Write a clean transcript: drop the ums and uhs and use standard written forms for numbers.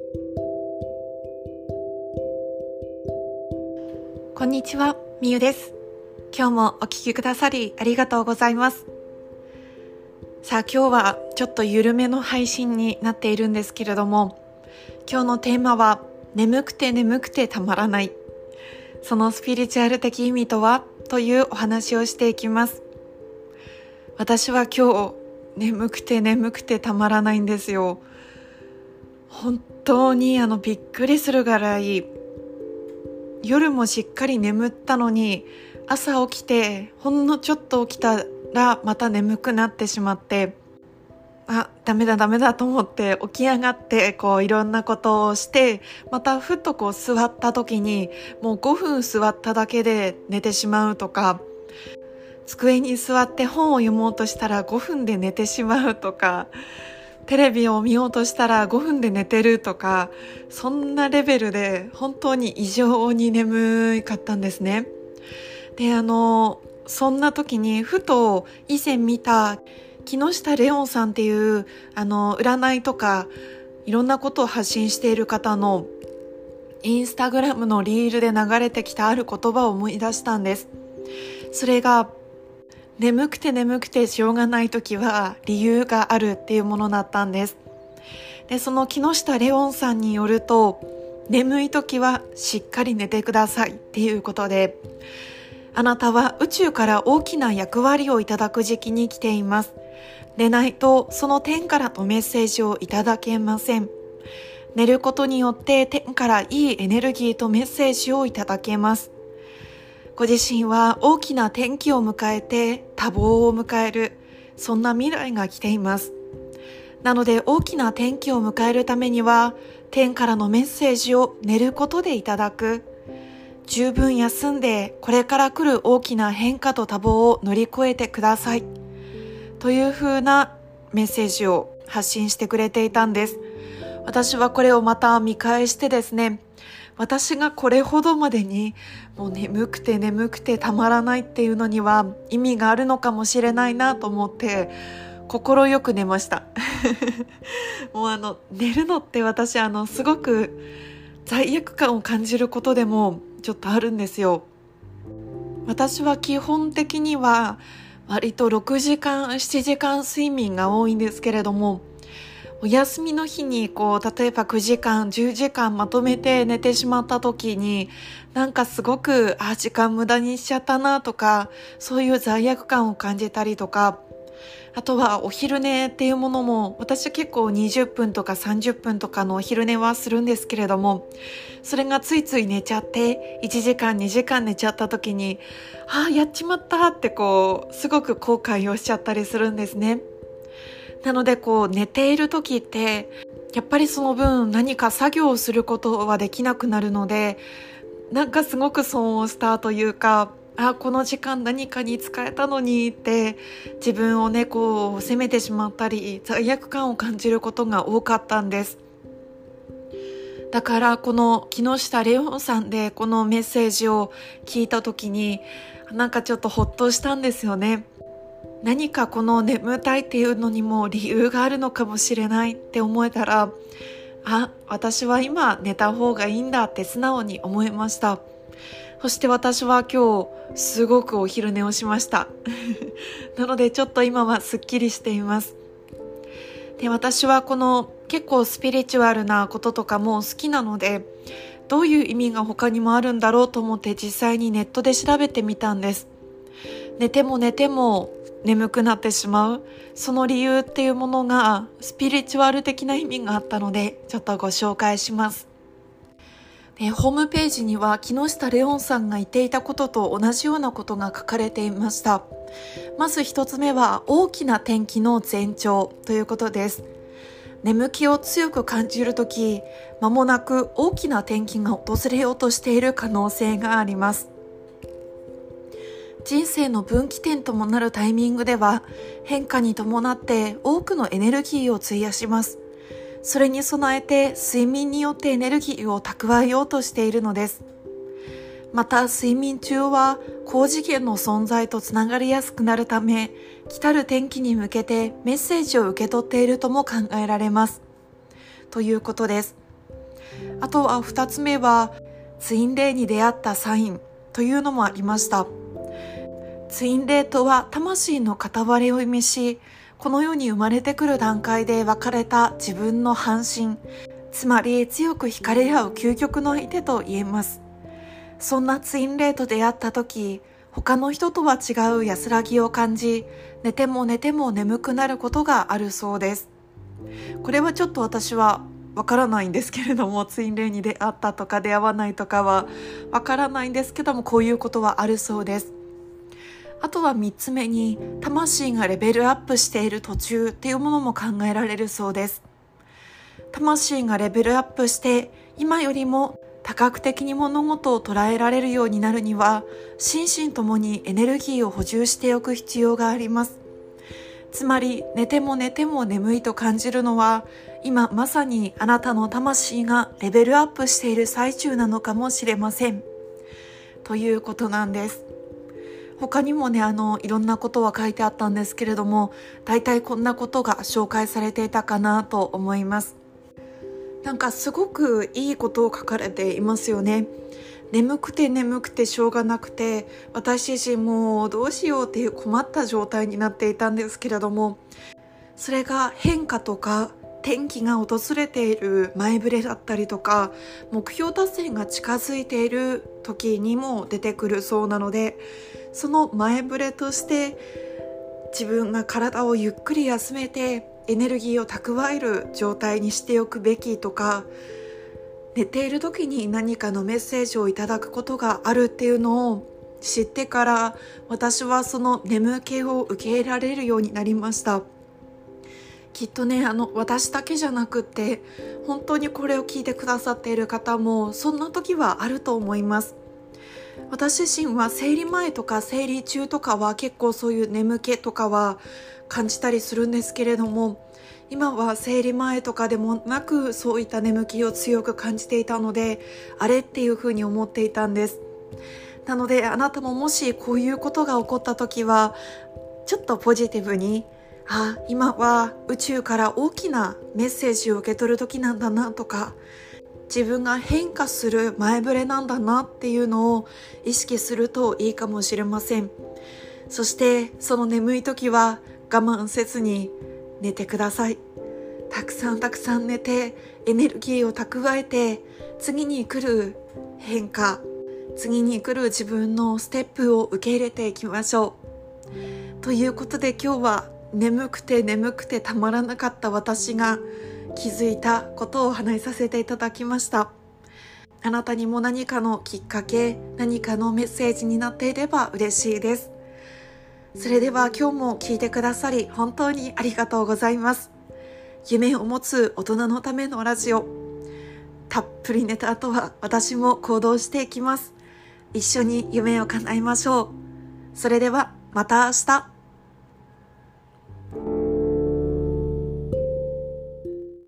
こんにちは、みゆです。今日もお聞きくださりありがとうございます。さあ、今日はちょっと緩めの配信になっているんですけれども、今日のテーマは眠くてたまらない。そのスピリチュアル的意味とはというお話をしていきます。私は今日眠くてたまらないんですよ。本当にびっくりするぐらい夜もしっかり眠ったのに、朝起きてほんのちょっと起きたらまた眠くなってしまって、ダメだと思って起き上がっていろんなことをして、またふっと座った時にもう5分座っただけで寝てしまうとか、机に座って本を読もうとしたら5分で寝てしまうとか、テレビを見ようとしたら5分で寝てるとか、そんなレベルで本当に異常に眠かったんですね。で、そんな時にふと以前見た木下レオンさんっていう占いとかいろんなことを発信している方のインスタグラムのリールで流れてきたある言葉を思い出したんです。それが、眠くてしょうがない時は理由があるっていうものだったんです。で、その木下レオンさんによると、眠い時はしっかり寝てくださいっていうことで、あなたは宇宙から大きな役割をいただく時期に来ています。寝ないとその天からのメッセージをいただけません。寝ることによって天からいいエネルギーとメッセージをいただけます。ご自身は大きな転機を迎えて多忙を迎える、そんな未来が来ています。なので大きな転機を迎えるためには、天からのメッセージを寝ることでいただく。十分休んでこれから来る大きな変化と多忙を乗り越えてください。というふうなメッセージを発信してくれていたんです。私はこれをまた見返してですね、私がこれほどまでにもう眠くてたまらないっていうのには意味があるのかもしれないなと思って心よく寝ましたもう寝るのって私すごく罪悪感を感じることでもちょっとあるんですよ。私は基本的には割と6時間7時間睡眠が多いんですけれども、お休みの日に例えば9時間10時間まとめて寝てしまった時に、なんかすごく時間無駄にしちゃったなとか、そういう罪悪感を感じたりとか、あとはお昼寝っていうものも、私結構20分とか30分とかのお昼寝はするんですけれども、それがついつい寝ちゃって1時間2時間寝ちゃった時に、やっちまったってすごく後悔をしちゃったりするんですね。なので寝ている時ってやっぱりその分何か作業をすることはできなくなるので、なんかすごく損をしたというか、この時間何かに使えたのにって自分を責めてしまったり、罪悪感を感じることが多かったんです。だからこの木下レオンさんでこのメッセージを聞いた時に、なんかちょっとほっとしたんですよね。何かこの眠たいっていうのにも理由があるのかもしれないって思えたら、私は今寝た方がいいんだって素直に思いました。そして私は今日すごくお昼寝をしましたなのでちょっと今はすっきりしています。で、私はこの結構スピリチュアルなこととかも好きなので、どういう意味が他にもあるんだろうと思って実際にネットで調べてみたんです。寝ても眠くなってしまう、その理由っていうものがスピリチュアル的な意味があったので、ちょっとご紹介します。で、ホームページには木下レオンさんが言っていたことと同じようなことが書かれていました。まず一つ目は大きな転機の前兆ということです。眠気を強く感じるとき、間もなく大きな転機が訪れようとしている可能性があります。人生の分岐点ともなるタイミングでは、変化に伴って多くのエネルギーを費やします。それに備えて睡眠によってエネルギーを蓄えようとしているのです。また睡眠中は高次元の存在とつながりやすくなるため、来たる転機に向けてメッセージを受け取っているとも考えられます。ということです。 あとは2つ目はツインレイに出会ったサインというのもありました。ツインレイとは魂の片割れを意味し、この世に生まれてくる段階で分かれた自分の半身、つまり強く惹かれ合う究極の相手と言えます。そんなツインレイと出会った時、他の人とは違う安らぎを感じ、寝ても寝ても眠くなることがあるそうです。これはちょっと私はわからないんですけれども、ツインレイに出会ったとか出会わないとかはわからないんですけども、こういうことはあるそうです。あとは3つ目に、魂がレベルアップしている途中っていうものも考えられるそうです。魂がレベルアップして今よりも多角的に物事を捉えられるようになるには、心身ともにエネルギーを補充しておく必要があります。つまり寝ても寝ても眠いと感じるのは、今まさにあなたの魂がレベルアップしている最中なのかもしれませんということなんです。他にもね、いろんなことは書いてあったんですけれども、大体こんなことが紹介されていたかなと思います。なんかすごくいいことを書かれていますよね。眠くて眠くてしょうがなくて、私自身もうどうしようっていう困った状態になっていたんですけれども、それが変化とか転機が訪れている前触れだったりとか、目標達成が近づいている時にも出てくるそうなので、その前触れとして自分が体をゆっくり休めてエネルギーを蓄える状態にしておくべきとか、寝ている時に何かのメッセージをいただくことがあるっていうのを知ってから、私はその眠気を受け入れられるようになりました。きっとね、私だけじゃなくって本当にこれを聞いてくださっている方もそんな時はあると思います。私自身は生理前とか生理中とかは結構そういう眠気とかは感じたりするんですけれども、今は生理前とかでもなくそういった眠気を強く感じていたので、あれっていうふうに思っていたんです。なのであなたももしこういうことが起こった時は、ちょっとポジティブに、今は宇宙から大きなメッセージを受け取る時なんだなとか、自分が変化する前触れなんだなっていうのを意識するといいかもしれません。そしてその眠い時は我慢せずに寝てください。たくさんたくさん寝てエネルギーを蓄えて、次に来る変化、次に来る自分のステップを受け入れていきましょう。ということで今日は眠くて眠くてたまらなかった私が気づいたことをお話しさせていただきました。あなたにも何かのきっかけ、何かのメッセージになっていれば嬉しいです。それでは今日も聞いてくださり本当にありがとうございます。夢を持つ大人のためのラジオ。たっぷり寝た後は私も行動していきます。一緒に夢を叶えましょう。それではまた明日。